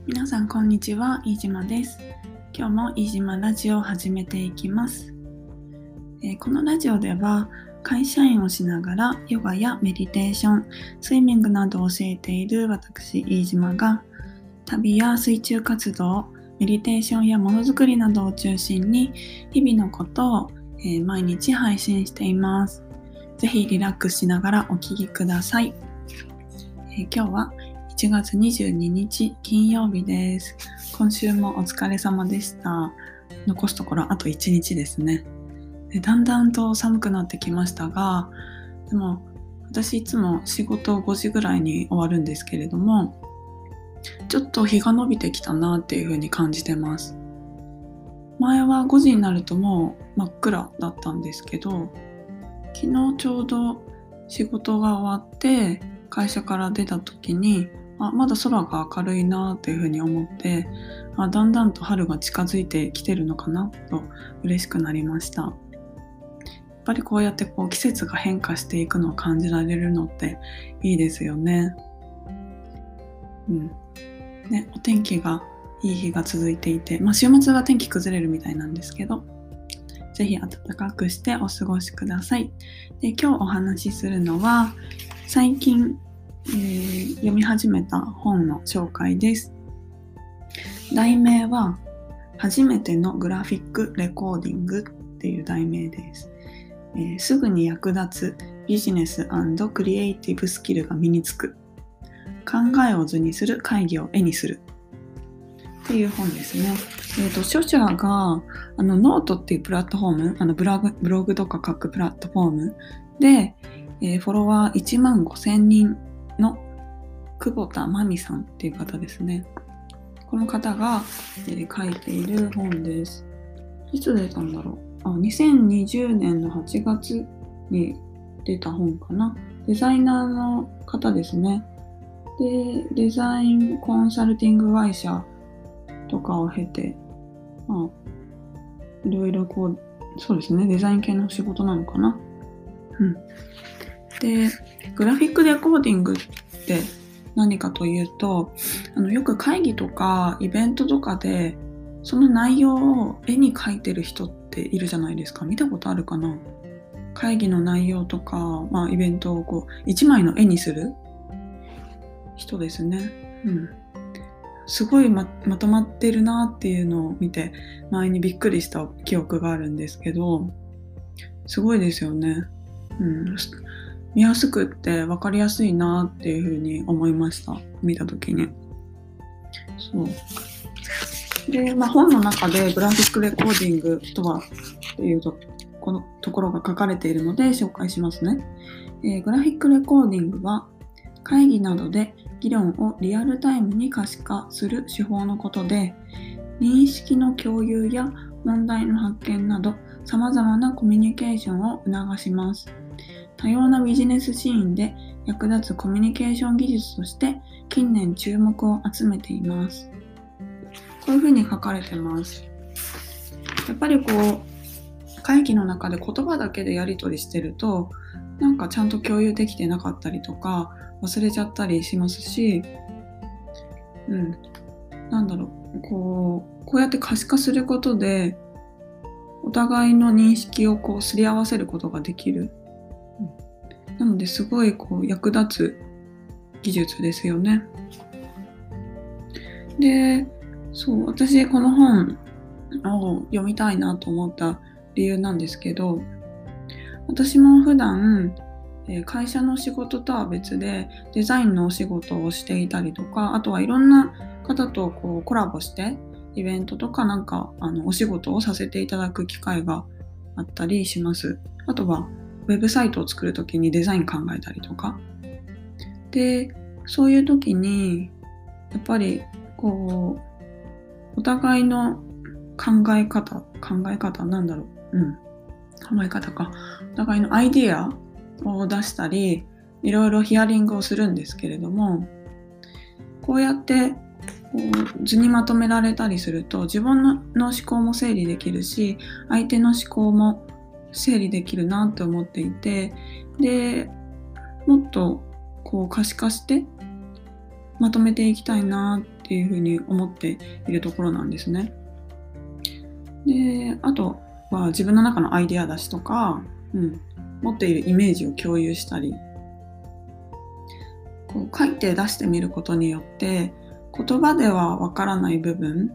皆さんこんにちは、飯島です。今日も飯島ラジオを始めていきます。このラジオでは会社員をしながらヨガやメディテーション、スイミングなどを教えている私飯島が旅や水中活動、メディテーションやものづくりなどを中心に日々のことを、毎日配信しています。ぜひリラックスしながらお聞きください。今日は1月22日金曜日です。今週もお疲れ様でした。残すところあと1日ですね。だんだんと寒くなってきましたが、でも私いつも仕事5時ぐらいに終わるんですけれども、ちょっと日が伸びてきたなっていう風に感じてます。前は5時になるともう真っ暗だったんですけど、昨日ちょうど仕事が終わって会社から出た時にまだ空が明るいなっていうふうに思ってだんだんと春が近づいてきてるのかなと嬉しくなりました。やっぱりこうやって季節が変化していくのを感じられるのっていいですよね。お天気がいい日が続いていて、週末は天気崩れるみたいなんですけど、ぜひ暖かくしてお過ごしください。で、今日お話しするのは最近、読み始めた本の紹介です。題名は初めてのグラフィックレコーディングっていう題名です。すぐに役立つビジネス&クリエイティブスキルが身につく、考えを図にする会議を絵にするっていう本ですね。著者がノートっていうプラットフォーム、ブログとか書くプラットフォームで、フォロワー15,000人の久保田真美さんっていう方ですね。この方が、書いている本です。いつ出たんだろう。2020年の8月に出た本かな。デザイナーの方ですね。で、デザインコンサルティング会社とかを経て、いろいろそうですね、デザイン系の仕事なのかな。で、グラフィックレコーディングって何かというと、よく会議とかイベントとかでその内容を絵に描いてる人っているじゃないですか。見たことあるかな？会議の内容とか、イベントを一枚の絵にする人ですね。すごい まとまってるなっていうのを見て前にびっくりした記憶があるんですけど、すごいですよね。見やすくって分かりやすいなっていうふうに思いました。見たときに。そうで、本の中でグラフィックレコーディングとはっていうこのところが書かれているので紹介しますね。グラフィックレコーディングは会議などで議論をリアルタイムに可視化する手法のことで、認識の共有や問題の発見など様々なコミュニケーションを促します。多様なビジネスシーンで役立つコミュニケーション技術として近年注目を集めています。こういうふうに書かれてます。やっぱり会議の中で言葉だけでやり取りしてるとなんかちゃんと共有できてなかったりとか忘れちゃったりしますし、こうやって可視化することでお互いの認識をすり合わせることができる。なのですごい役立つ技術ですよね。で、私この本を読みたいなと思った理由なんですけど、私も普段会社の仕事とは別でデザインのお仕事をしていたりとか、あとはいろんな方とコラボしてイベントとかお仕事をさせていただく機会があったりします。あとはウェブサイトを作るときにデザイン考えたりとかで、そういうときにやっぱりお互いの考え方お互いのアイディアを出したりいろいろヒアリングをするんですけれども、こうやって図にまとめられたりすると自分の思考も整理できるし、相手の思考も整理できるなと思っていて、でもっと可視化してまとめていきたいなっていうふうに思っているところなんですね。で、あとは自分の中のアイデア出しとか、持っているイメージを共有したり、こう書いて出してみることによって言葉ではわからない部分、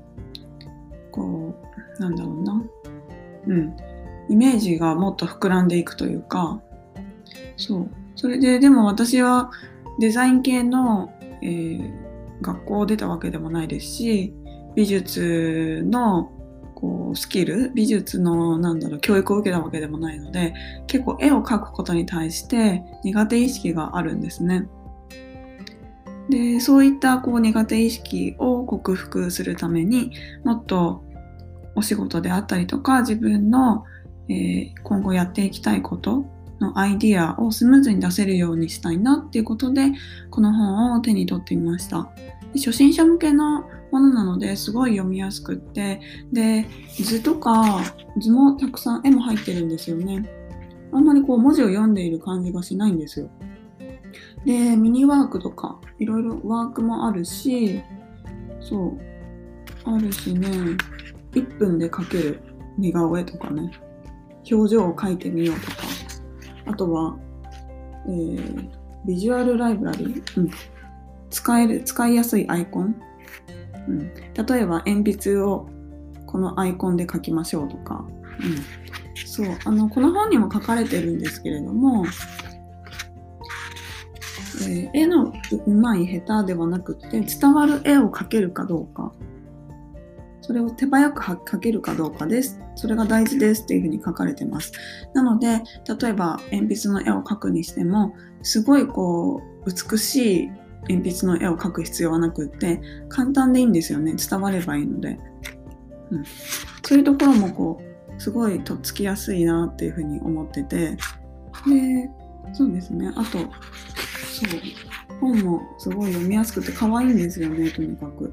イメージがもっと膨らんでいくというか、それででも私はデザイン系の、学校を出たわけでもないですし、美術のスキル、美術の教育を受けたわけでもないので、結構絵を描くことに対して苦手意識があるんですね。で、そういった苦手意識を克服するために、もっとお仕事であったりとか、自分の、今後やっていきたいことのアイディアをスムーズに出せるようにしたいなっていうことで、この本を手に取ってみました。で、初心者向けのものなのですごい読みやすくって、で、図とか図もたくさん絵も入ってるんですよね。あんまり文字を読んでいる感じがしないんですよ。で、ミニワークとかいろいろワークもあるし、あるしね、1分で描ける似顔絵とかね、表情を描いてみようとか、あとは、ビジュアルライブラリー、使いやすいアイコン、例えば鉛筆をこのアイコンで描きましょうとか、この本にも書かれてるんですけれども、絵の上手い下手ではなくて、伝わる絵を描けるかどうか、それを手早く描けるかどうかです。それが大事ですっていうふうに書かれてます。なので、例えば鉛筆の絵を描くにしても、すごい美しい鉛筆の絵を描く必要はなくって、簡単でいいんですよね。伝わればいいので。そういうところもすごいとっつきやすいなっていうふうに思ってて、で、そうですね。あと、本もすごい読みやすくて可愛いんですよね、とにかく。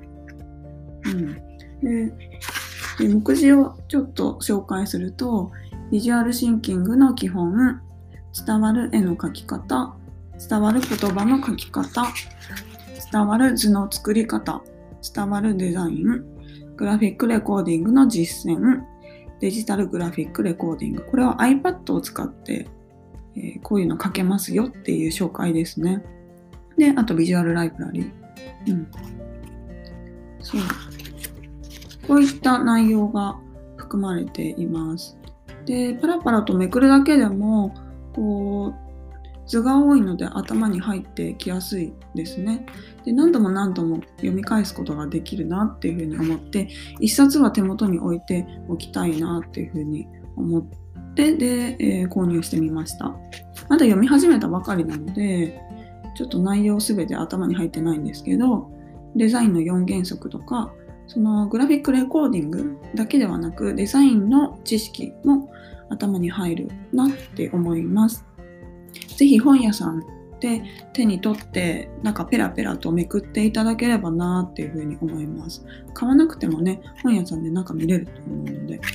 で、目次をちょっと紹介すると、ビジュアルシンキングの基本、伝わる絵の描き方、伝わる言葉の書き方、伝わる図の作り方、伝わるデザイン、グラフィックレコーディングの実践、デジタルグラフィックレコーディング。これは iPad を使って、こういうの書けますよっていう紹介ですね。で、あとビジュアルライブラリー。こういった内容が含まれています。で、パラパラとめくるだけでも、図が多いので頭に入ってきやすいですね。で、何度も読み返すことができるなっていうふうに思って、一冊は手元に置いておきたいなっていうふうに思って、で、購入してみました。まだ読み始めたばかりなので、ちょっと内容すべて頭に入ってないんですけど、デザインの4原則とか、そのグラフィックレコーディングだけではなく、デザインの知識も頭に入るなって思います。ぜひ本屋さんで手に取ってペラペラとめくっていただければなっていうふうに思います。買わなくてもね、本屋さんで見れると思うので。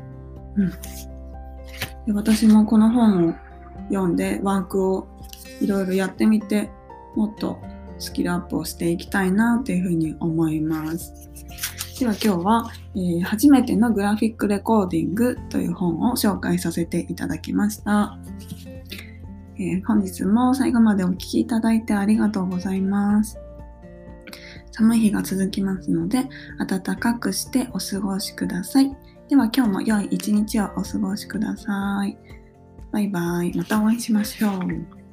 で、私もこの本を読んでワークをいろいろやってみて、もっとスキルアップをしていきたいなっていうふうに思います。では今日は、初めてのグラフィックレコーディングという本を紹介させていただきました。本日も最後までお聞きいただいてありがとうございます。寒い日が続きますので、暖かくしてお過ごしください。では今日も良い一日をお過ごしください。バイバイ。またお会いしましょう。